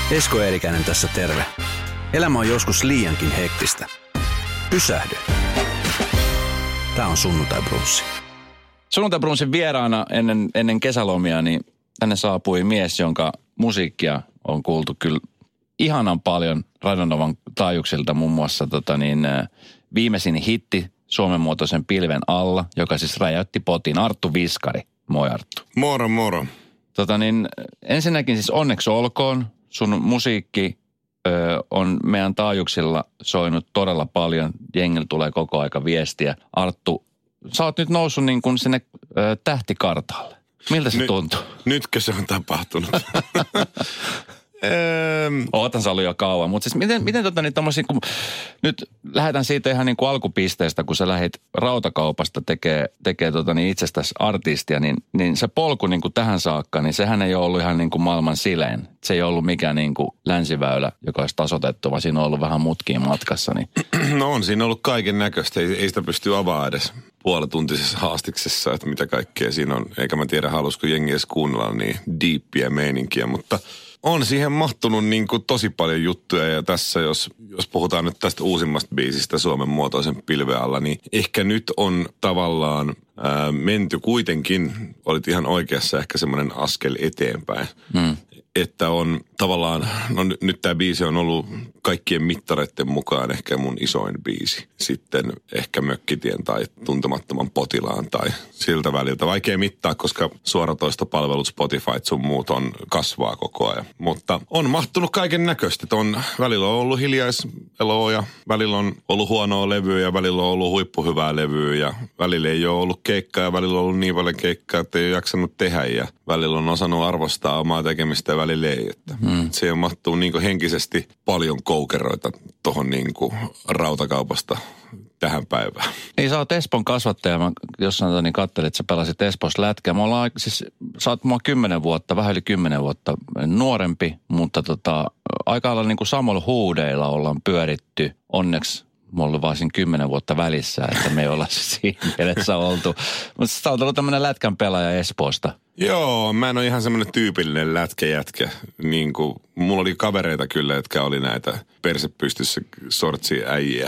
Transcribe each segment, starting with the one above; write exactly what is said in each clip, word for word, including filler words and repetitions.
Esko Eerikäinen tässä terve. Elämä on joskus liiankin hektistä. Pysähdy. Tää on Sunnuntai Brunssi. Sunnuntai Brunssin vieraana ennen, ennen kesälomia, niin tänne saapui mies, jonka musiikkia on kuultu kyllä ihanan paljon Radionovan taajuuksilta, muun muassa tota niin, viimeisin hitti Suomen muotoisen pilven alla, joka siis räjäytti potin. Arttu Viskari. Moi Arttu. Moro, moro. Tota niin, ensinnäkin siis onneksi olkoon. Sun musiikki ö, on meidän taajuuksilla soinut todella paljon. Jengillä tulee koko aika viestiä. Arttu, sä oot nyt noussut niin kuin sinne ö, tähtikartalle. Miltä se Ny, tuntuu? Nytkö se on tapahtunut? Ootan sä ollut jo kauan, mutta siis miten, miten tota niin tommosia, kun nyt lähdetään siitä ihan niin kuin alkupisteestä, kun sä lähdit rautakaupasta tekee, tekee tota niin itsestäsi artistia, niin, niin se polku niin kuin tähän saakka, niin sehän ei ole ollut ihan niin kuin maailman silein. Se ei ollut mikään niin kuin länsiväylä, joka olisi tasoitettu, vaan siinä on ollut vähän mutkiin matkassa. Niin. No on siinä ollut kaiken näköistä, ei, ei sitä pysty avaamaan edes puolituntisessa haastiksessa, että mitä kaikkea siinä on. Eikä mä tiedä, halusko jengi edes kuunnella niin diippiä meininkiä, mutta on siihen mahtunut niin kuin tosi paljon juttuja ja tässä, jos, jos puhutaan nyt tästä uusimmasta biisistä Suomen muotoisen pilven alla, niin ehkä nyt on tavallaan ää, menty kuitenkin, olit ihan oikeassa, ehkä semmoinen askel eteenpäin. Hmm. Että on tavallaan, no nyt, nyt tämä biisi on ollut kaikkien mittareiden mukaan ehkä mun isoin biisi. Sitten ehkä Mökkitien tai Tuntemattoman potilaan tai siltä väliltä. Vaikea mittaa, koska suoratoistopalvelut, Spotify sun muut on kasvaa koko ajan. Mutta on mahtunut kaiken näköistä. On, välillä on ollut hiljaiseloa ja välillä on ollut huonoa levyä ja välillä on ollut huippuhyvää levyä ja välillä ei ole ollut keikkaa ja välillä on ollut niin paljon keikkaa, että ei ole jaksanut tehdä ja välillä on osannut arvostaa omaa tekemistä ja välillä ei. Että hmm. Se mahtuu niin kuin henkisesti paljon koukeroita tuohon niin kuin rautakaupasta tähän päivään. Niin sä oot Espoon kasvattaja. Mä jossain niin katselin, että sä pelasit Espoossa lätkää. Mä ollaan, siis sä oot mua kymmenen vuotta, vähän yli kymmenen vuotta nuorempi, mutta tota, aika lailla niin kuin samalla huudeilla ollaan pyöritty. Onneksi mulla on vaan siinä kymmenen vuotta välissä, että me ei olla siinä mielessä oltu. Mutta sä oot ollut tämmönen lätkän pelaaja Espoosta. Joo, mä en ole ihan semmoinen tyypillinen lätkäjätkä. Niin kuin, mulla oli kavereita kyllä, jotka oli näitä persepystyssä sortsia äijiä.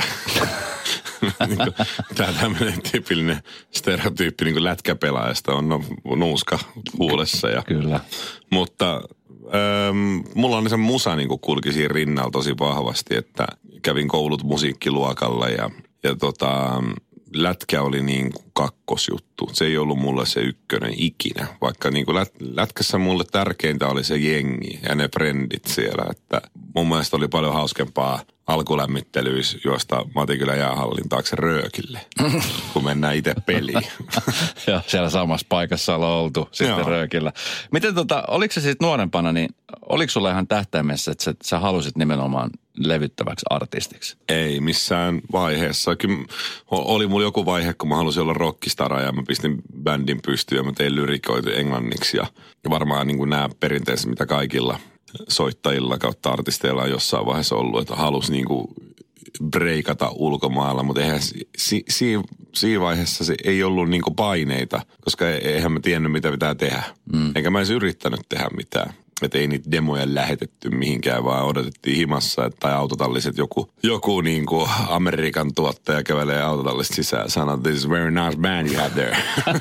niin kuin, tää tämmöinen tyypillinen stereotyyppi niin kuin lätkäpelaajasta on no, nuuska huulessa. Ja, kyllä. Mutta ähm, mulla on se musa niin kuin kulki siinä rinnalla tosi vahvasti, että kävin koulut musiikkiluokalla ja, ja tota... lätkä oli niin kuin kakkosjuttu. Se ei ollut mulle se ykkönen ikinä. Vaikka niin kuin lät, lätkässä mulle tärkeintä oli se jengi ja ne frendit siellä. Että mun mielestä oli paljon hauskempaa alkulämmittelyys juosta Matikylän jäähallin taakse röökille, kun mennään itse peliin. Joo, siellä samassa paikassa ollaan oltu sitten Joo. röökillä. Miten tota, oliko se sitten nuorempana, niin oliko sulla ihan tähtäimessä, että sä, sä halusit nimenomaan levyttäväksi artistiksi? Ei missään vaiheessa. Kyllä oli mulla joku vaihe, kun mä halusin olla rockistara ja mä pistin bändin pystyyn ja mä tein lyrikoita englanniksi. Ja varmaan niin kuin nämä perinteiset, mitä kaikilla soittajilla kautta artisteilla on jossain vaiheessa ollut, että halusi niin kuin breikata ulkomailla, mutta eihän si, si, siinä vaiheessa se ei ollut niin kuin paineita, koska eihän mä tiennyt, mitä pitää tehdä. Mm. Eikä mä edes yrittänyt tehdä mitään. Että ei niitä demoja lähetetty mihinkään, vaan odotettiin himassa, että tai autotalliset joku, joku niin kuin Amerikan tuottaja kävelee autotallista sisään ja sanoo, this is a very nice band you have there.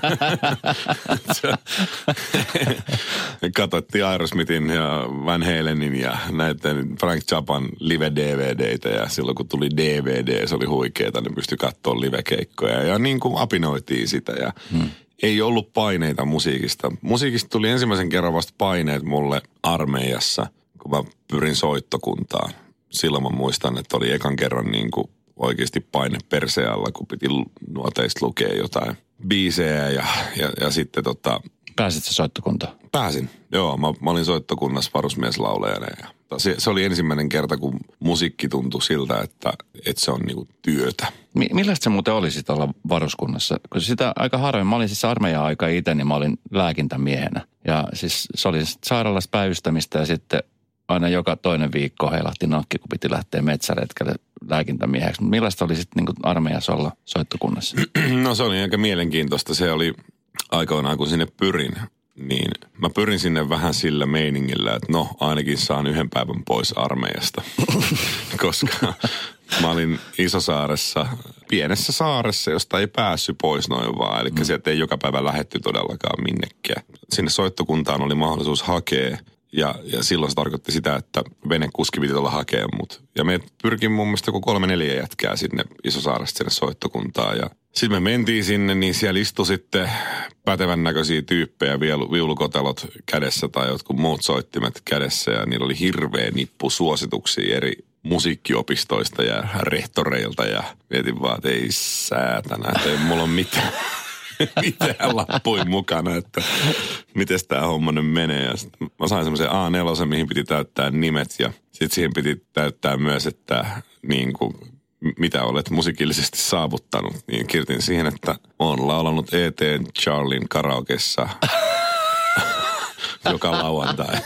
Katsottiin Aerosmithin ja Van Halenin ja näiden Frank Zappan live-D V D:itä ja silloin kun tuli D V D, se oli huikeeta, niin pystyi katsoa live-keikkoja ja niin kuin apinoitiin sitä ja hmm. Ei ollut paineita musiikista. Musiikista tuli ensimmäisen kerran vasta paineet mulle armeijassa, kun mä pyrin soittokuntaan. Silloin mä muistan, että oli ekan kerran niin kuin oikeasti paine persealla, kun piti nuoteista lukea jotain biisejä ja, ja, ja sitten tota... Pääsitkö soittokuntaan? Pääsin, joo. Mä, mä olin soittokunnassa varusmieslaulajana ja se, se oli ensimmäinen kerta, kun musiikki tuntui siltä, että, että se on niinku työtä. Mi- millaista se muuten oli sitten olla varuskunnassa? Kun sitä aika harvoin, mä olin siis armeijan aika itse, niin mä olin lääkintämiehenä. Ja siis se oli sairaalassa päivystämistä ja sitten aina joka toinen viikko heilahti nakki, kun piti lähteä metsäretkelle lääkintämieheksi. Millaista oli sitten niin armeijassa olla soittokunnassa? No se oli aika mielenkiintoista. Se oli aikoinaan, kun sinne pyrin. niin mä pyrin sinne vähän sillä meiningillä, että no ainakin saan yhden päivän pois armeijasta. Koska mä olin Isosaaressa, pienessä saaressa, josta ei päässyt pois noin vaan. Eli mm. sieltä ei joka päivä lähetty todellakaan minnekään. Sinne soittokuntaan oli mahdollisuus hakea. Ja, ja silloin se tarkoitti sitä, että venekuski piti olla hakea mut. Ja me pyrkin mun mielestä joku kolme neljä jätkää sinne Isosaaresta sinne soittokuntaan. Ja sitten me mentiin sinne, niin siellä istui sitten pätevän näköisiä tyyppejä, viulukotelot kädessä tai jotkut muut soittimet kädessä. Ja niillä oli hirveä nippu suosituksia eri musiikkiopistoista ja rehtoreilta. Ja mietin vaan, että ei säätänä, että ei mulla ole mitään. mitään lappuin mukana, että miten tämä homma nyt menee. Ja mä sain semmoisen A neljä, mihin piti täyttää nimet ja sitten siihen piti täyttää myös, että niin kuin, mitä olet musiikillisesti saavuttanut. Niin kirjoitin siihen, että olen laulanut E T Charlien karaokessa joka lauantai.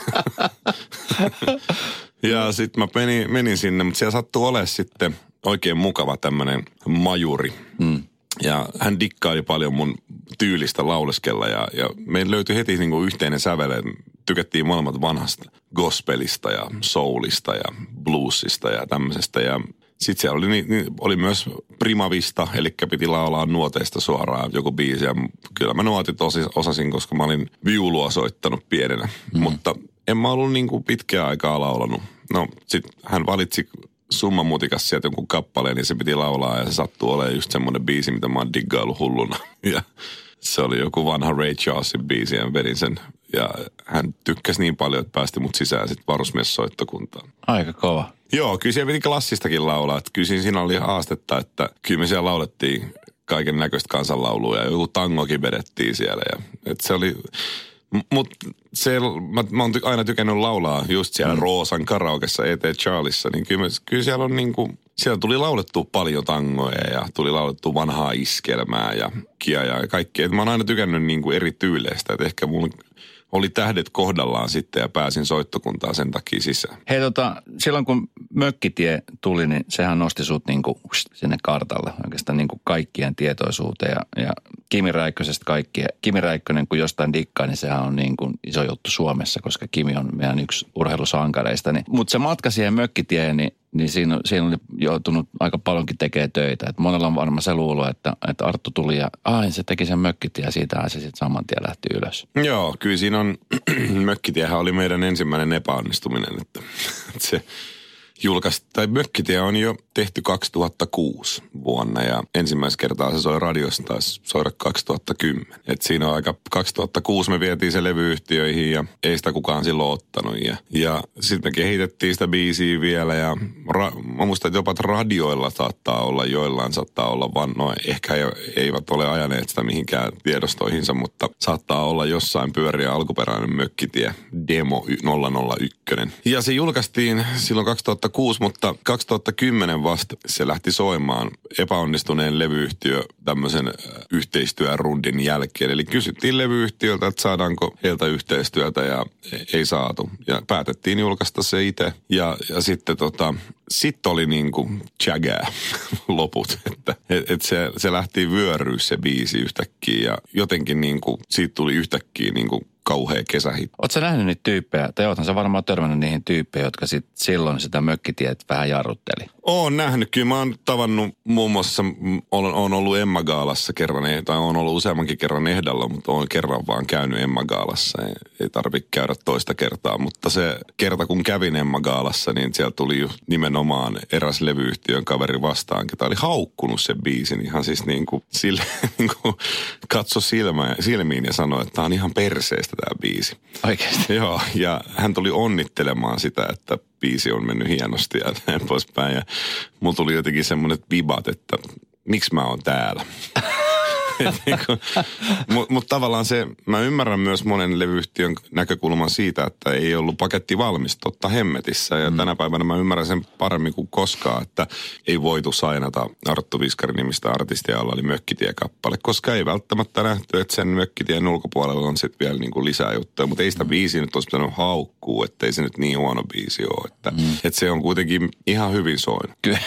Ja sitten mä menin, menin sinne, mutta siellä sattui olemaan sitten oikein mukava tämmöinen majuri. Mm. Ja hän dikkaili paljon mun tyylistä lauleskella ja, ja meillä löytyi heti niin kuin yhteinen sävel. Tykättiin molemmat vanhasta gospelista ja soulista ja bluesista ja tämmöisestä. Ja sitten siellä oli, niin, oli myös primavista, eli piti laulaa nuoteista suoraan joku biisi. Ja kyllä mä nuotit osi, osasin, koska mä olin viulua soittanut pienenä. Mm. Mutta en mä ollut niin kuin pitkää aikaa laulanut. No sitten hän valitsi Summan mutikas sieltä jonkun kappaleen, niin se piti laulaa ja se sattuu olemaan just semmoinen biisi, mitä mä oon diggaillut hulluna. Ja se oli joku vanha Ray Charlesin biisi ja vedin sen. Ja hän tykkäsi niin paljon, että päästi mut sisään sitten varusmiessoittokuntaan. Aika kova. Joo, kyllä siellä piti klassistakin laulaa. Että kyllä siinä oli haastetta, että kyllä me siellä laulettiin kaiken näköistä kansanlaulua ja joku tangokin vedettiin siellä. Ja, että se oli... Mutta mä, mä oon aina tykännyt laulaa just siellä mm. Roosan karaokessa E T Charlissa, niin kyllä, kyllä siellä on niinku, siellä tuli laulettua paljon tangoja ja tuli laulettua vanhaa iskelmää ja kia ja kaikkea. Mä oon aina tykännyt niinku eri tyyleistä, että ehkä mun oli tähdet kohdallaan sitten ja pääsin soittokuntaan sen takia sisään. Hei tota, silloin kun Mökkitie tuli, niin sehän nosti sut niinku sinne kartalle oikeastaan niinku kaikkien tietoisuuteen ja, ja Kimi Räikkösestä kaikkien. Kimi Räikkönen kun jostain dikkaa, niin sehän on niin kuin iso juttu Suomessa, koska Kimi on meidän yksi urheilusankareista. Niin, mutta se matka siihen Mökkitieen, niin, niin siinä, siinä oli joutunut aika paljonkin tekemään töitä. Et monella on varmaan se luulo, että, että Arttu tuli ja ai, se teki sen Mökkitien ja siitä se sitten saman tien lähti ylös. Joo, kyllä siinä on, Mökkitiehän oli meidän ensimmäinen epäonnistuminen, että, että se... Julkaista, tai Mökkitie on jo tehty kaksituhattakuusi vuonna ja ensimmäistä kertaa se soi radiossa taisi soida kaksituhattakymmenen. Et siinä on aika, kaksituhattakuusi me vietiin se levyyhtiöihin ja ei sitä kukaan silloin ottanut. Ja, ja sitten me kehitettiin sitä biisiä vielä ja ra, mä muistan, että jopa radioilla saattaa olla, joillain saattaa olla vaan, no ehkä eivät ole ajaneet sitä mihinkään tiedostoihinsa, mutta saattaa olla jossain pyöriä alkuperäinen Mökkitie Demo nolla nolla yksi. Ja se julkaistiin silloin kaksituhattakuusi, mutta kaksituhattakymmenen vasta se lähti soimaan epäonnistuneen levyyhtiö tämmöisen yhteistyörundin jälkeen. Eli kysyttiin levyyhtiöltä, että saadaanko heiltä yhteistyötä ja ei saatu. Ja päätettiin julkaista se itse. Ja, ja sitten tota, sit oli niinku tjägää loput. Että et, et se, se lähti vyöryä se biisi yhtäkkiä ja jotenkin niinku, siitä tuli yhtäkkiä niinku kauhea kesähit. Oletko sä nähnyt niitä tyyppejä, tai oothan sä varmaan törmännyt niihin tyyppejä, jotka sit silloin sitä Mökkitiet vähän jarrutteli? Oon nähnyt. Kyllä mä oon tavannut muun muassa, olen, olen ollut Emma Gaalassa kerran, tai olen ollut useammankin kerran ehdalla, mutta olen kerran vaan käynyt Emma Gaalassa. Ei, ei tarvitse käydä toista kertaa, mutta se kerta kun kävin Emma Gaalassa, niin siellä tuli just nimenomaan eräs levyyhtiön kaveri vastaan, ketä oli haukkunut sen biisin ihan siis niin kuin sille niin kuin katso silmä, silmiin ja sanoi, että tämä on ihan perseestä tämä biisi. Oikeasti? Joo, ja hän tuli onnittelemaan sitä, että biisi on mennyt hienosti ja näin poispäin. Ja mulla tuli jotenkin semmoiset vibat, että miksi mä oon täällä. Mutta mut tavallaan se, mä ymmärrän myös monen levyyhtiön näkökulman siitä, että ei ollut paketti valmis totta hemmetissä. Ja mm. tänä päivänä mä ymmärrän sen paremmin kuin koskaan, että ei voitu sainata Arttu Viskarin nimistä artistia, jolla oli Mökkitie-kappale. Koska ei välttämättä nähty, että sen Mökkitien ulkopuolella on sitten vielä niinku lisää juttuja. Mutta ei sitä mm. biisiä nyt olisi pitänyt haukkua, että ei se nyt niin huono biisi ole. Että, mm. että se on kuitenkin ihan hyvin soinut. Kyllä.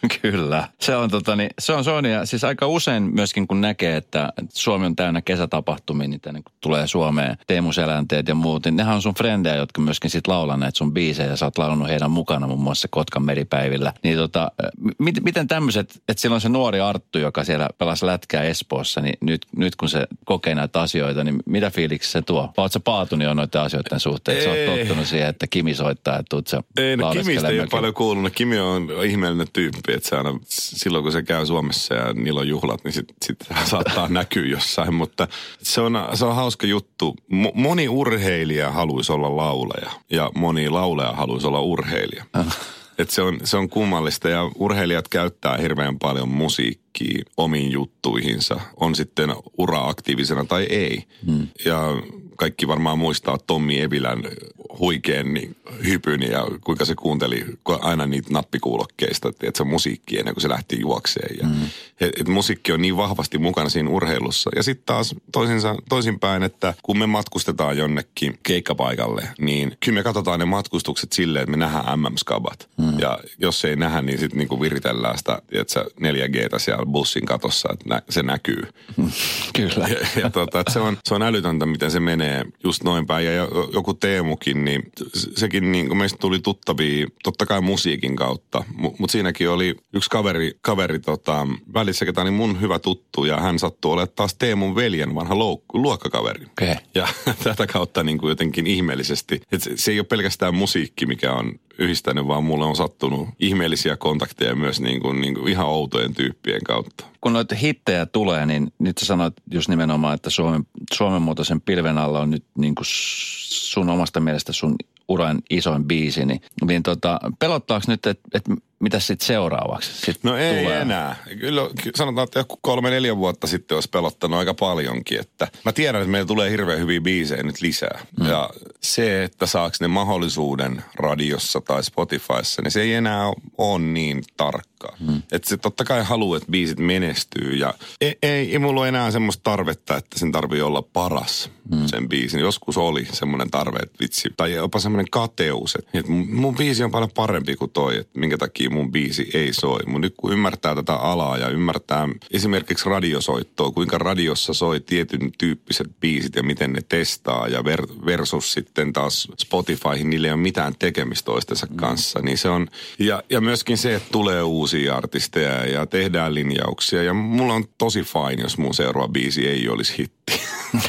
Kyllä. Se on, tota, niin, se on, se on ja siis aika usein myöskin kun näkee, että Suomi on täynnä kesätapahtumia, niin tänne kun tulee Suomeen Teemu Selänteet ja muut, niin nehän on sun frendejä, jotka myöskin sit laulaa näitä sun biisejä ja sä oot laulannut heidän mukana muun muassa Kotkan meripäivillä. Niin tota, mit, miten tämmöiset, että silloin se nuori Arttu, joka siellä pelasi lätkää Espoossa, niin nyt, nyt kun se kokee näitä asioita, niin mitä fiiliksi se tuo? Oot sä paatunut jo noiden asioiden suhteen? Sä oot tottunut siihen, että Kimi soittaa ja tuut sä ei, no Kimistä ei ole paljon kuulunut. Kimi on ihmeellinen tyyppi, että se aina, silloin kun se käy Suomessa ja niillä on juhlat, niin sitten sit saattaa näkyä jossain, mutta se on, se on hauska juttu. Mo, moni urheilija haluaisi olla laulaja ja moni laulaja haluaisi olla urheilija. Et se on, se on kummallista ja urheilijat käyttää hirveän paljon musiikkia omiin juttuihinsa, on sitten ura-aktiivisena tai ei. Hmm. Ja kaikki varmaan muistaa Tommi Evilän huikean niin, hypyn ja kuinka se kuunteli aina niitä nappikuulokkeista, että se musiikki ennen kuin se lähti juokseen. Ja, hmm. et, et musiikki on niin vahvasti mukana siinä urheilussa. Ja sitten taas toisinsa, toisinpäin, että kun me matkustetaan jonnekin keikkapaikalle, niin kyllä me katsotaan ne matkustukset silleen, että me nähdään M M-skabat. Hmm. Ja jos ei nähdä, niin sitten niinku viritellään sitä, että neljä G:tä siellä bussin katossa, että nä, se näkyy. Hmm. Kyllä. Ja, ja tota, se, on, se on älytöntä, miten se menee just noin päin. Ja joku Teemukin, niin sekin niin kuin meistä tuli tuttavia, totta kai musiikin kautta. Mutta siinäkin oli yksi kaveri, kaveri tota, välissä, ketä niin mun hyvä tuttu. Ja hän sattui olemaan taas Teemun veljen vanha louk- luokkakaveri. Okay. Ja tätä kautta niin kuin jotenkin ihmeellisesti. Et se, se ei ole pelkästään musiikki, mikä on yhdistänyt, vaan mulle on sattunut ihmeellisiä kontakteja myös niin kuin, niin kuin ihan outojen tyyppien kautta. Kun noita hittejä tulee, niin nyt sä sanoit just nimenomaan, että Suomen, Suomen muotoisen pilven alla on nyt niin kuin sun omasta mielestä sun uran isoin biisi, niin, niin tota, pelottaako nyt, että et, mitä sitten seuraavaksi sit no ei tulee? Enää. Kyllä sanotaan, että joku kolme, neljä vuotta sitten olisi pelottanut aika paljonkin. Että mä tiedän, että meillä tulee hirveän hyviä biisejä nyt lisää. Mm. Ja se, että saaks ne mahdollisuuden radiossa tai Spotifyssa, niin se ei enää ole niin tarkkaa. Mm. Että se totta kai haluaa, että biisit menestyy. Ja ei, ei, ei mulla ole enää semmoista tarvetta, että sen tarvii olla paras, mm. sen biisin. Joskus oli semmoinen tarve, että vitsi. Tai jopa semmoinen kateus, että mun, mun biisi on paljon parempi kuin toi, että minkä takia mun biisi ei soi. Mun nyt kun ymmärtää tätä alaa ja ymmärtää esimerkiksi radiosoittoa, kuinka radiossa soi tietyn tyyppiset biisit ja miten ne testaa ja ver- versus sitten taas Spotifyhin, niillä ei ole mitään tekemistä toistensa mm. kanssa. Niin se on, ja, ja myöskin se, että tulee uusia artisteja ja tehdään linjauksia ja mulla on tosi fine, jos mun seuraava biisi ei olisi hitti.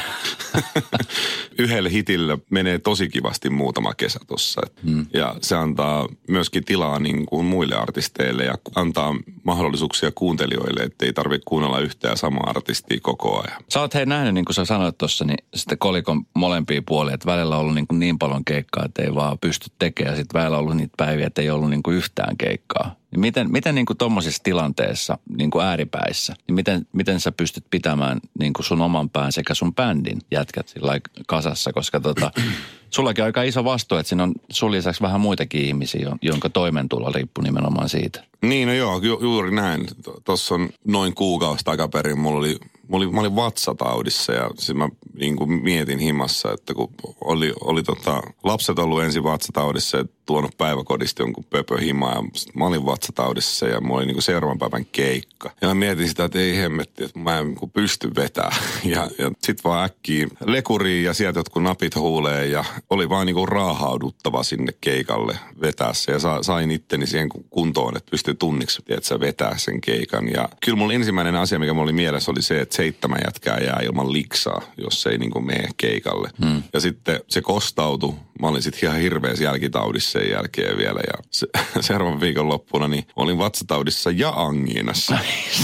Yhdellä hitillä menee tosi kivasti muutama kesä tossa. Hmm. Ja se antaa myöskin tilaa niin kuin muille artisteille ja antaa mahdollisuuksia kuuntelijoille, ettei tarvitse kuunnella yhtään samaa artistia koko ajan. Sä oot hei nähnyt, niin kuin sä sanoit tuossa, niin sitten kolikon molempia puolia, että välillä on ollut niin, kuin niin paljon keikkaa, että ei vaan pysty tekemään. Sitten välillä on ollut niitä päiviä, että ei ollut niin kuin yhtään keikkaa. Niin miten miten niin kuin tommosissa tilanteissa, niin kuin ääripäissä, niin miten, miten sä pystyt pitämään niin kuin sun oman pään sekä sun bändin jätkät sillä kasassa, koska tota, sullakin on aika iso vastuu, että siinä on sun lisäksi vähän muitakin ihmisiä, jonka toimeentulo riippuu nimenomaan siitä. Niin, no joo, ju- juuri näin. Tuossa on noin kuukausi takaperin, mulla oli, mulla oli, mä olin vatsataudissa ja siis mä niin kuin mietin himassa, että kun oli, oli tota, lapset ollut ensin vatsataudissa ja tuonut päiväkodista jonkun pöpöhimaa ja mä olin vatsataudissa ja mulla oli niin kuin seuraavan päivän keikka. Ja mä mietin sitä, että ei hemmetti, että mä en niin kuin pysty vetämään. Ja, ja sit vaan äkkiä lekuriin ja sieltä jotkut napit huulee ja oli vaan niin kuin raahauduttava sinne keikalle vetää se ja sa, sain itteni siihen kuntoon, että pystyi tunniksi, että vetää sen keikan. Ja kyllä mulla ensimmäinen asia, mikä mulla oli mielessä, oli se, että seitsemän jätkää jää ilman liksaa, jos ei niin kuin mene keikalle. Hmm. Ja sitten se kostautui. Mä olin sitten ihan hirveässä jälkitaudissa sen jälkeen vielä ja se, seuraavan viikon loppuna niin olin vatsataudissa ja angiinassa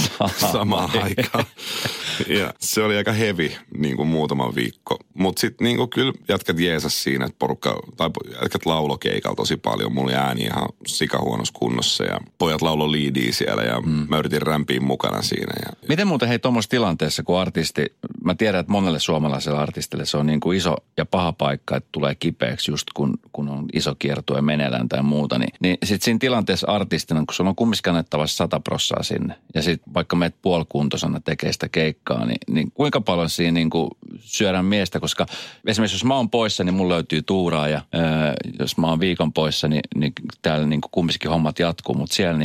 samaan aikaan. Ja se oli aika heavy niin kuin muutama viikko. Mutta sitten niin kuin kyllä jätkät jeesas siinä, että porukka, tai jätkät laulo keikalla tosi paljon. Mulla oli ääni ihan sikahuonossa kunnossa ja pojat laulo liidiä siellä ja mm. mä yritin rämpiä mukana siinä. Ja, miten muuten hei tuommoisessa tilanteessa, kun artisti, mä tiedän, että monelle suomalaiselle artistille se on niin kuin iso ja paha paikka, että tulee kipeäksi just kun, kun on iso kiertue meneillään tai muuta, niin, niin sitten siinä tilanteessa artistina, kun sulla on kumminkin annettavassa sata prossaa sinne ja sitten vaikka meet puolikuntoisena tekee sitä keikkaa, niin, niin kuinka paljon siinä niin kuin syödään miestä, koska esimerkiksi jos mä oon poissa, niin mulla löytyy tuuraa ja ää, jos mä oon viikon poissa, niin, niin täällä niin kuin kumminkin hommat jatkuu, mutta siellä niin kuin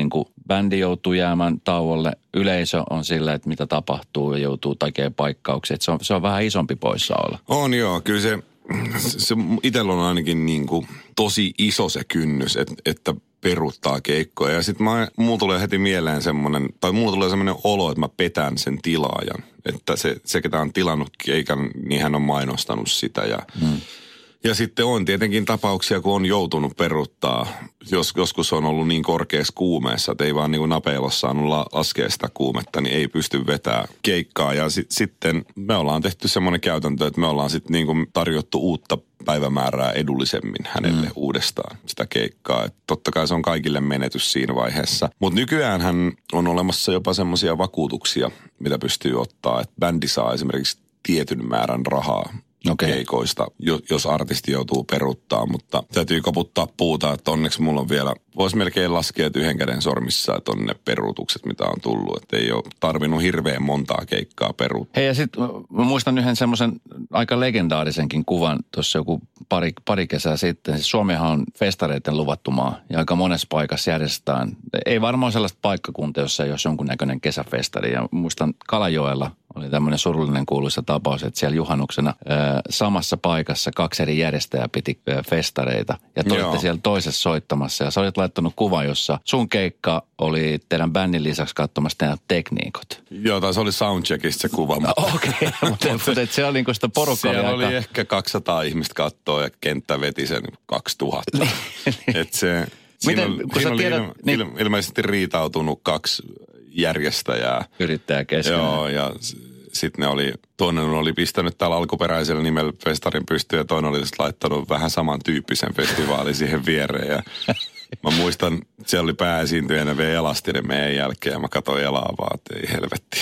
bändi joutuu jäämään tauolle, yleisö on sillä, että mitä tapahtuu ja joutuu tekemään paikkauksia. Se on, se on vähän isompi poissaolo. On joo, kyllä se, se itsellä on ainakin niin kuin tosi iso se kynnys, että, että peruuttaa keikkoja. Ja sitten mulla tulee heti mieleen semmoinen, tai mulla tulee semmoinen olo, että mä petän sen tilaajan. Että se, se ketä on tilannut keikan, niin hän on mainostanut sitä ja... Hmm. Ja sitten on tietenkin tapauksia, kun on joutunut peruuttaa. Jos, joskus on ollut niin korkeassa kuumeessa, että ei vaan niin kuin napeilossa saanut la, laskea sitä kuumetta, niin ei pysty vetämään keikkaa. Ja sit, sitten me ollaan tehty semmoinen käytäntö, että me ollaan sitten niin kuin tarjottu uutta päivämäärää edullisemmin hänelle mm. uudestaan sitä keikkaa. Et totta kai se on kaikille menetys siinä vaiheessa. Mutta nykyäänhän on olemassa jopa semmoisia vakuutuksia, mitä pystyy ottaa, että bändi saa esimerkiksi tietyn määrän rahaa. Okay. Keikoista, jos artisti joutuu peruuttaa, mutta täytyy koputtaa puuta, että onneksi mulla on vielä, voisi melkein laskea, että yhden käden sormissa, että on ne peruutukset, mitä on tullut, että ei ole tarvinnut hirveän montaa keikkaa peruuttaa. Hei ja sitten mä muistan yhden semmoisen aika legendaarisenkin kuvan tuossa joku pari, pari kesää sitten. Siis Suomihan on festareiden luvattu maa ja aika monessa paikassa järjestetään. Ei varmaan sellaista paikkakuntaa, jossa ei ole jonkunnäköinen kesäfestari ja muistan Kalajoella oli tämmöinen surullinen kuuluisa tapaus, että siellä juhannuksena ää, samassa paikassa kaksi eri järjestäjää piti ää, festareita. Ja te olitte siellä toisessa soittamassa ja sä olit laittanut kuvan, jossa sun keikka oli teidän bändin lisäksi katsomassa teidän tekniikot. Joo, tai se oli soundcheckista se kuva. No, okei, okay. mutta, mutta se, se oli niin kuin sitä porukkaa. Siellä oli aika... ehkä kaksisataa ihmistä kattoa ja kenttä veti sen kaksituhatta. Että se... Siinä, Miten, on, siinä oli tiedät, il, niin... il, ilmeisesti riitautunut kaksi järjestäjää. Yrittäjä keskenään. Joo, ja sitten ne oli, toinen oli pistänyt täällä alkuperäisellä nimellä festarin pystyyn ja toinen oli laittanut vähän samantyyppisen festivaalin siihen viereen. Ja mä muistan, siellä oli pääesiintyjänä vielä Elastinen meidän jälkeen ja mä katsoin Elaa vaan, että ei helvettiä.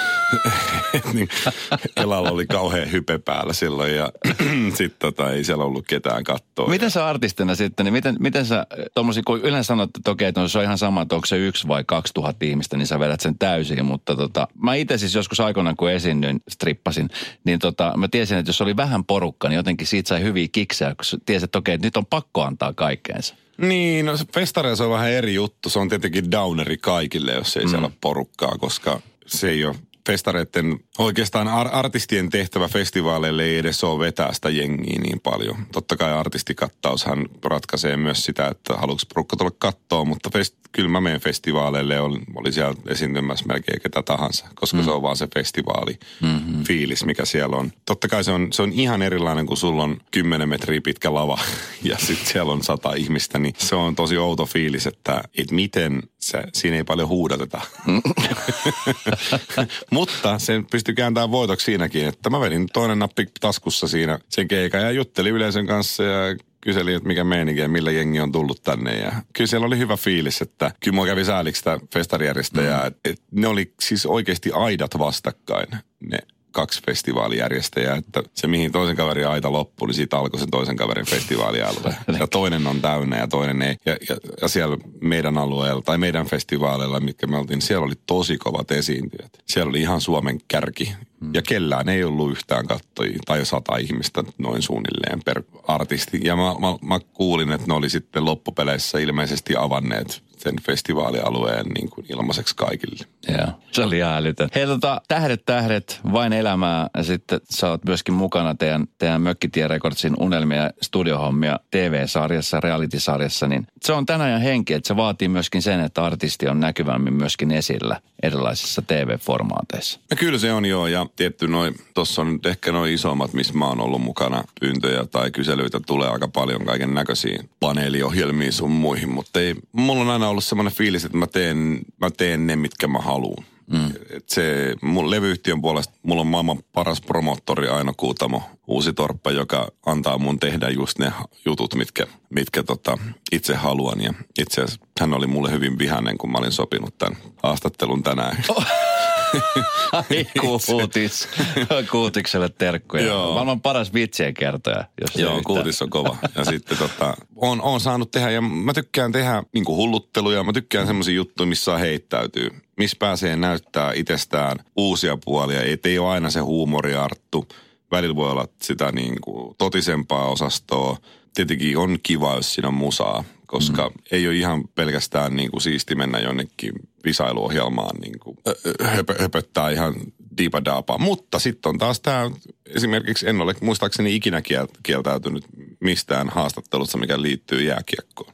niin, Elalla oli kauhean hype päällä silloin ja sitten tota, ei siellä ollut ketään katsoa. Miten sä artistina sitten, niin miten, miten sä tommosia, kun yleensä sanot, että okei, että se on ihan sama, että onko se yksi vai kaksi tuhatta ihmistä, niin sä vedät sen täysin, mutta tota, mä itse siis joskus aikoinaan, kun esiinnyin, strippasin, niin tota, mä tiesin, että jos oli vähän porukka, niin jotenkin siitä sai hyviä kiksejä, kun tiesin, että okei, että nyt on pakko antaa kaikkeensa. Niin, no festareissa on vähän eri juttu. Se on tietenkin downeri kaikille, jos ei mm. siellä ole porukkaa, koska se ei ole festareiden, oikeastaan ar- artistien tehtävä festivaaleille ei edes ole vetää sitä jengiä niin paljon. Totta kai artistikattaushan ratkaisee myös sitä, että haluatko porukka tulla kattoa, mutta fest- kyllä mä menen festivaaleille, oli, oli siellä esiintymässä melkein ketä tahansa, koska mm. se on vaan se festivaali mm-hmm. fiilis, mikä siellä on. Totta kai se on, se on ihan erilainen, kun sulla on kymmenen metriä pitkä lava ja sitten siellä on sata ihmistä, niin se on tosi outo fiilis, että et miten se, siinä ei paljon huudateta. Mm. Mutta sen pystyi kääntämään voitoksi siinäkin, että mä vedin toinen nappi taskussa siinä sen keikan ja juttelin yleisön kanssa ja kyselin, että mikä meininki ja millä jengi on tullut tänne. Ja kyllä siellä oli hyvä fiilis, että kyllä mua kävi sääliksi sitä festarijärjestäjää. Mm. Että et ne oli siis oikeasti aidat vastakkain, ne kaksi festivaalijärjestäjää. Että se mihin toisen kaverin aita loppui, niin siitä alkoi sen toisen kaverin festivaalialue. Ja toinen on täynnä ja toinen ei. Ja, ja, ja siellä meidän alueella tai meidän festivaaleilla, mitkä me oltiin, siellä oli tosi kovat esiintyjät. Siellä oli ihan Suomen kärki. Hmm. Ja kellään ei ollut yhtään kattojia tai sata ihmistä noin suunnilleen per artisti. Ja mä, mä, mä kuulin, että ne oli sitten loppupeleissä ilmeisesti avanneet sen festivaalialueen niin kuin ilmaiseksi kaikille. Joo, se oli ihan älytön. Hei tota, Tähdet, tähdet, vain elämää ja sitten sä oot myöskin mukana teidän, teidän Mökkitie Recordsin unelmia ja studiohommia T V-sarjassa, reality-sarjassa, niin se on tänä ajan henki, että se vaatii myöskin sen, että artisti on näkyvämmin myöskin esillä erilaisissa T V-formaateissa. Ja kyllä se on joo, ja tietty noin, tossa on ehkä noin isommat, missä mä oon ollut mukana, pyyntöjä tai kyselyitä tulee aika paljon kaiken näköisiä paneeliohjelmiin sun muihin, mutta ei, mulla on aina ollut semmoinen fiilis, että mä teen, mä teen ne, mitkä mä haluun. Mm. Et se, mun levyyhtiön puolesta, mulla on maailman paras promottori Aino Kuutamo, Uusi Torppa, joka antaa mun tehdä just ne jutut, mitkä, mitkä tota, itse haluan. Ja itse asiassa hän oli mulle hyvin vihainen, kun mä olin sopinut tämän haastattelun tänään. Oh. Ai Kuutis. Kuutikselle terkkuja. Joo. Maailman paras vitsien kertoja. Jos Joo, Kuutis on kova. Ja sitten tota, on, on saanut tehdä, ja mä tykkään tehdä niinku hullutteluja, mä tykkään semmoisia juttuja, missä saa heittäytyy. Missä pääsee näyttää itsestään uusia puolia. Ei, ei ole aina se huumoriarttu. Välillä voi olla sitä niinku totisempaa osastoa. Tietenkin on kiva, jos siinä on musaa. koska mm. ei ole ihan pelkästään niin kuin siisti mennä jonnekin visailuohjelmaan niin kuin höpö, höpöttää ihan diipadaapaa. Mutta sitten on taas tämä, esimerkiksi en ole muistaakseni ikinä kieltäytynyt mistään haastattelussa, mikä liittyy jääkiekkoon.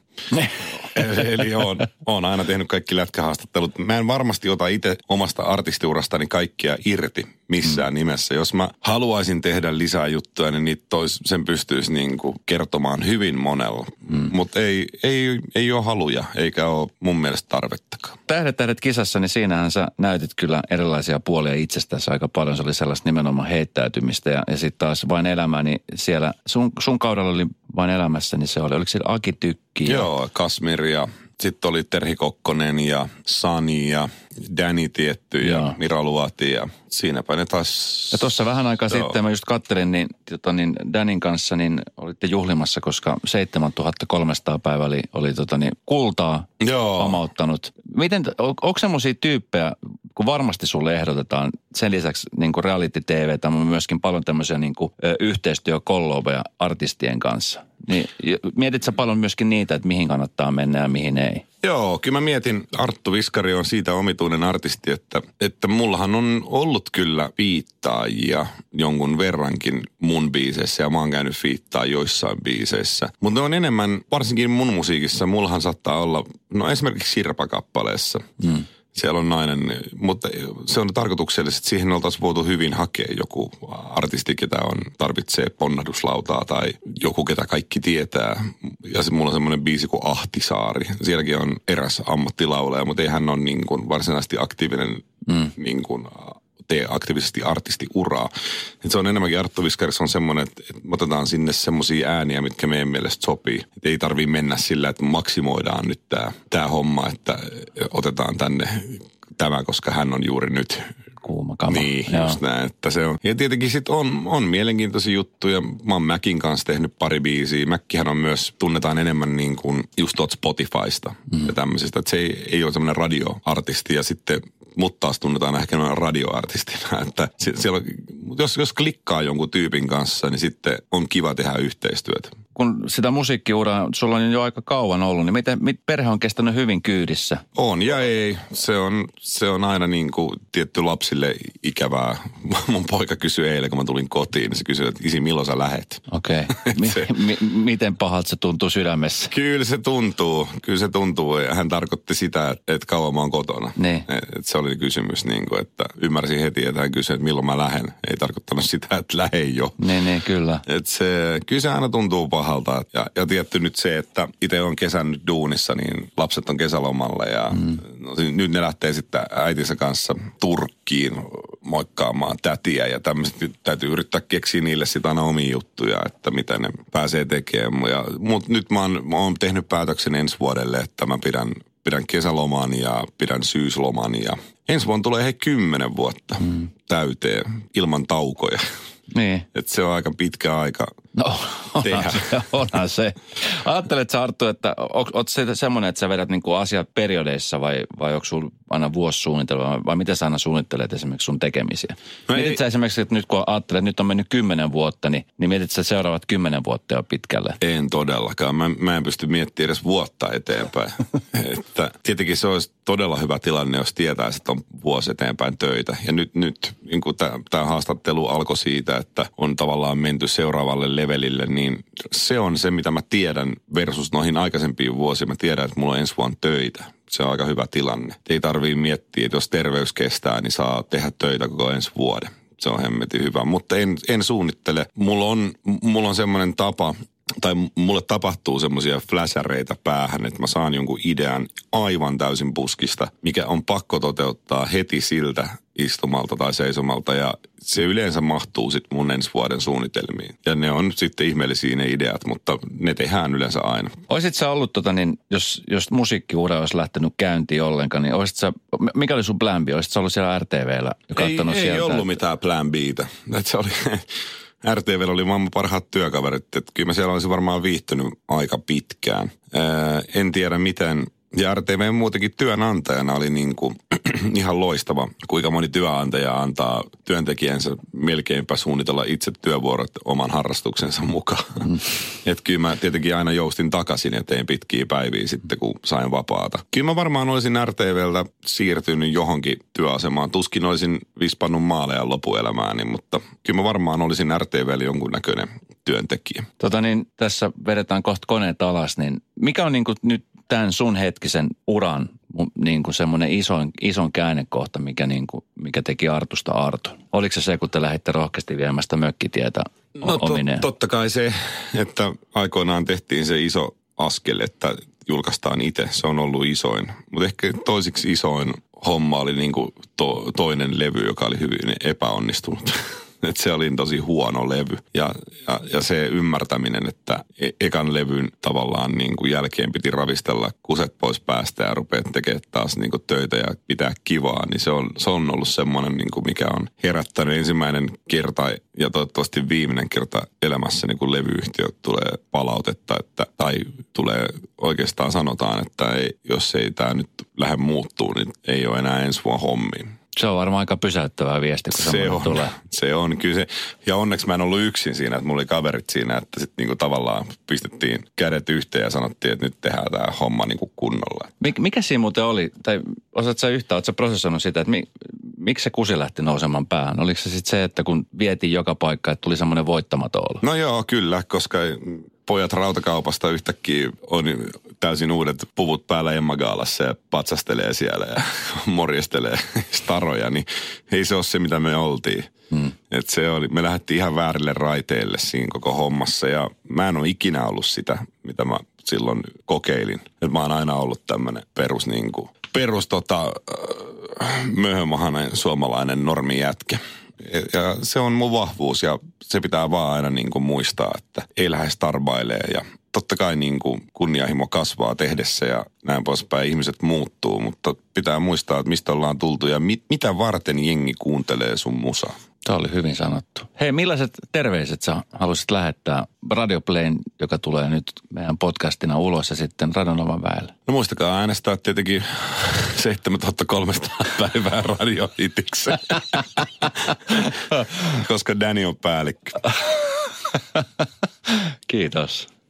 Eli on, on aina tehnyt kaikki lätkähaastattelut. Mä en varmasti ota itse omasta artistiurastani kaikkia irti missään mm. nimessä. Jos mä haluaisin tehdä lisää juttuja, niin niitä tois, sen pystyisi niinku kertomaan hyvin monella. Mm. Mutta ei, ei, ei ole haluja, eikä ole mun mielestä tarvettakaan. Tähdet tähdet kisassa, niin siinähän sä näytit kyllä erilaisia puolia itsestäsi aika paljon. Se oli sellaista nimenomaan heittäytymistä ja, ja sitten taas Vain elämä, niin siellä sun, sun kaudella oli Vain elämässä, niin se oli, oliko siellä Aki Tykki? Joo, Kasmir ja sitten oli Terhi Kokkonen ja Sani ja Danny tietty ja Joo. Mira Luoti ja siinäpä ne taas. Ja tuossa vähän aikaa Joo. sitten mä just kattelin, niin, tota, niin Danin kanssa niin olitte juhlimassa, koska seitsemäntuhatta kolmesataa päivää oli, oli tota, niin, kultaa Joo. pamauttanut. Miten, on, onko semmoisia tyyppejä, kun varmasti sulle ehdotetaan sen lisäksi niin kuin reality-T V:tä, mutta myöskin paljon tämmöisiä niin kuin, yhteistyökollobeja artistien kanssa. Niin, mietit sä paljon myöskin niitä, että mihin kannattaa mennä ja mihin ei? Joo, kyllä mä mietin, Arttu Viskari on siitä omituinen artisti, että, että mullahan on ollut kyllä fiittaajia jonkun verrankin mun biiseissä ja mä oon käynyt fiittaa joissain biiseissä. Mutta ne on enemmän, varsinkin mun musiikissa, mullahan saattaa olla, no esimerkiksi Sirpa-kappaleessa. Hmm. Siellä on nainen, mutta se on tarkoituksellisesti, että siihen oltaisiin voitu hyvin hakea joku artisti, ketä on, tarvitsee ponnahduslautaa tai joku, ketä kaikki tietää. Ja se, mulla on semmoinen biisi kuin Ahtisaari. Sielläkin on eräs ammattilaulaja, mutta ei hän ole niin kuin varsinaisesti aktiivinen, mm. niin kuin, tee aktiivisesti artistiuraa. Et se on enemmänkin Arttu Viskarissa on semmoinen, että, että otetaan sinne semmoisia ääniä, mitkä meidän mielestä sopii. Et ei tarvitse mennä sillä, että maksimoidaan nyt tämä tää homma, että otetaan tänne tämä, koska hän on juuri nyt kuuma kama. Niin, Joo. just näin, että se on. Ja tietenkin sitten on, on mielenkiintoisia juttuja. Mä oon Mäkin kanssa tehnyt pari biisiä. Mäkkihän on myös, tunnetaan enemmän niin kuin just tuot Spotifysta mm. ja tämmöisistä. Että se ei, ei ole semmoinen radioartisti ja sitten mut taas tunnetaan ehkä noin radioartistina. Että siellä, jos, jos klikkaa jonkun tyypin kanssa, niin sitten on kiva tehdä yhteistyötä. Kun sitä musiikkiuraa sulla on jo aika kauan ollut, niin miten mit, perhe on kestänyt hyvin kyydissä? On ja ei. Se on, se on aina niin kuin tietty lapsille ikävää. Mun poika kysyi eilen, kun mä tulin kotiin, niin se kysyi, että isi, milloin sä lähet? Okei. Okay. Mi- mi- miten pahalta se tuntuu sydämessä? Kyllä se tuntuu. Kyllä se tuntuu. Ja hän tarkoitti sitä, että, että kauan mä oon kotona. Niin. Että se oli kysymys, niin kuin, että ymmärsin heti, että hän kysyi, että milloin mä lähden. Ei tarkoittanut sitä, että lähen jo. Niin, niin, kyllä. Että se, kyllä se aina tuntuu pahalta. Ja, ja tietty nyt se, että itse on kesän nyt duunissa, niin lapset on kesälomalla ja mm. no, nyt ne lähtee sitten äitinsä kanssa Turkkiin moikkaamaan tätiä ja tämmöiset. Nyt täytyy yrittää keksiä niille sitä aina omia juttuja, että mitä ne pääsee tekemään. Ja, mutta nyt mä oon, mä oon tehnyt päätöksen ensi vuodelle, että mä pidän, pidän kesäloman ja pidän syysloman ja ensi vuonna tulee he kymmenen vuotta mm. täyteen ilman taukoja. Niin. Että se on aika pitkä aika no, onhan se, onhan se. Ajattelet sä, Arttu, että oot se semmoinen, että sä vedät niinku asiat periodeissa vai, vai onko sulla aina vuosisuunnitelma vai miten sä aina suunnittelet esimerkiksi sun tekemisiä? No mietit ei, sä esimerkiksi, että nyt kun ajattelet, että nyt on mennyt kymmenen vuotta, niin, niin mietit sä seuraavat kymmenen vuotta jo pitkälle? En todellakaan. Mä, mä en pysty miettimään edes vuotta eteenpäin. Että tietenkin se olisi todella hyvä tilanne, jos tietäisi, että on vuosi eteenpäin töitä. Ja nyt, nyt niin kuin tämä haastattelu alkoi siitä, että on tavallaan menty seuraavalle levelille, niin se on se, mitä mä tiedän versus noihin aikaisempiin vuosiin. Mä tiedän, että mulla on ensi vuonna töitä. Se on aika hyvä tilanne. Ei tarvii miettiä, että jos terveys kestää, niin saa tehdä töitä koko ensi vuoden. Se on hemmetin hyvä, mutta en, en suunnittele. Mulla on, mulla on semmoinen tapa, tai mulle tapahtuu semmoisia flashereita päähän, että mä saan jonkun idean aivan täysin puskista, mikä on pakko toteuttaa heti siltä istumalta tai seisomalta ja se yleensä mahtuu sitten mun ensi vuoden suunnitelmiin. Ja ne on sitten ihmeellisiä ne ideat, mutta ne tehdään yleensä aina. Oisit sä ollut, tota, niin, jos, jos musiikkiura olisi lähtenyt käyntiin ollenkaan, niin oisit sä, mikä oli sun plan B? Oisit sä ollut siellä R T V:llä ja kattonut ei, sieltä? Ei ollut mitään plan B:tä. Että se oli... R T V:llä oli maailman parhaat työkaverit, että kyllä mä siellä olisin varmaan viihtynyt aika pitkään. Ää, en tiedä miten, Ja R T V muutenkin työnantajana oli niin kuin ihan loistava, kuinka moni työnantaja antaa työntekijänsä melkeinpä suunnitella itse työvuorot oman harrastuksensa mukaan. Mm. Että kyllä mä tietenkin aina joustin takaisin ja tein pitkiä päiviä sitten, kun sain vapaata. Kyllä mä varmaan olisin R T V:ltä siirtynyt johonkin työasemaan. Tuskin olisin vispannut maaleja lopuelämääni, mutta kyllä mä varmaan olisin R T V:llä jonkunnäköinen työntekijä. Tota niin, tässä vedetään kohta koneet alas, niin mikä on niin kuin nyt tämän sun hetkisen uran niin kuin semmoinen isoin, ison käännekohta, mikä, niin kuin, mikä teki Artusta Artun? Oliko se se, kun te lähditte rohkeasti viemästä mökkitietä no, omineen? To, totta kai se, että aikoinaan tehtiin se iso askel, että julkaistaan itse. Se on ollut isoin. Mutta ehkä toisiksi isoin homma oli niin kuin to, toinen levy, joka oli hyvin epäonnistunut. Että se oli tosi huono levy. Ja, ja, ja se ymmärtäminen, että e- ekan levyn tavallaan niin kuin jälkeen piti ravistella kuset pois päästä ja rupeat tekemään taas niin kuin töitä ja pitää kivaa, niin se on, se on ollut semmoinen, niin kuin mikä on herättänyt ensimmäinen kerta ja toivottavasti viimeinen kerta elämässä, niin kun levyyhtiö tulee palautetta, että, tai tulee oikeastaan sanotaan, että ei, jos ei tämä nyt lähde muuttuu, niin ei ole enää ensi vuonna hommiin. Se on varmaan aika pysäyttävää viesti, kun se on, tulee. Se on, kyllä se. Ja onneksi mä en ollut yksin siinä, että mulla oli kaverit siinä, että sitten niinku tavallaan pistettiin kädet yhteen ja sanottiin, että nyt tehdään tämä homma niinku kunnolla. Mik, mikä siinä muuten oli, tai osaatko sä yhtään, ootko sä prosessoinut sitä, että mi, miksi se kusi lähti nousemaan päähän? Oliko se sitten se, että kun vietiin joka paikka, että tuli semmoinen voittamaton olo? No joo, kyllä, koska pojat rautakaupasta yhtäkkiä on täysin uudet puvut päällä Emma Gaalassa ja patsastelee siellä ja morjestelee staroja, niin ei se ole se, mitä me oltiin. Hmm. Et se oli, me lähdettiin ihan väärille raiteille siinä koko hommassa ja mä en ole ikinä ollut sitä, mitä mä silloin kokeilin. Et mä oon aina ollut tämmönen perus niin kuin, perus tota, möhömahainen suomalainen normijätkä. Ja se on mun vahvuus ja se pitää vaan aina niin kuin muistaa, että ei lähde starbailee ja totta kai niin kuin kunnianhimo kasvaa tehdessä ja näin poispäin ihmiset muuttuu, mutta pitää muistaa, että mistä ollaan tultu ja mit, mitä varten jengi kuuntelee sun musaa. Se oli hyvin sanottu. Hei, millaiset terveiset sä haluaisit lähettää Radio Playn, joka tulee nyt meidän podcastina ulos ja sitten Radionovan väelle? No muistakaa äänestää tietenkin seitsemäntuhatta kolmesataa päivää radiohitiksi, koska Danny on päällikkö. Kiitos.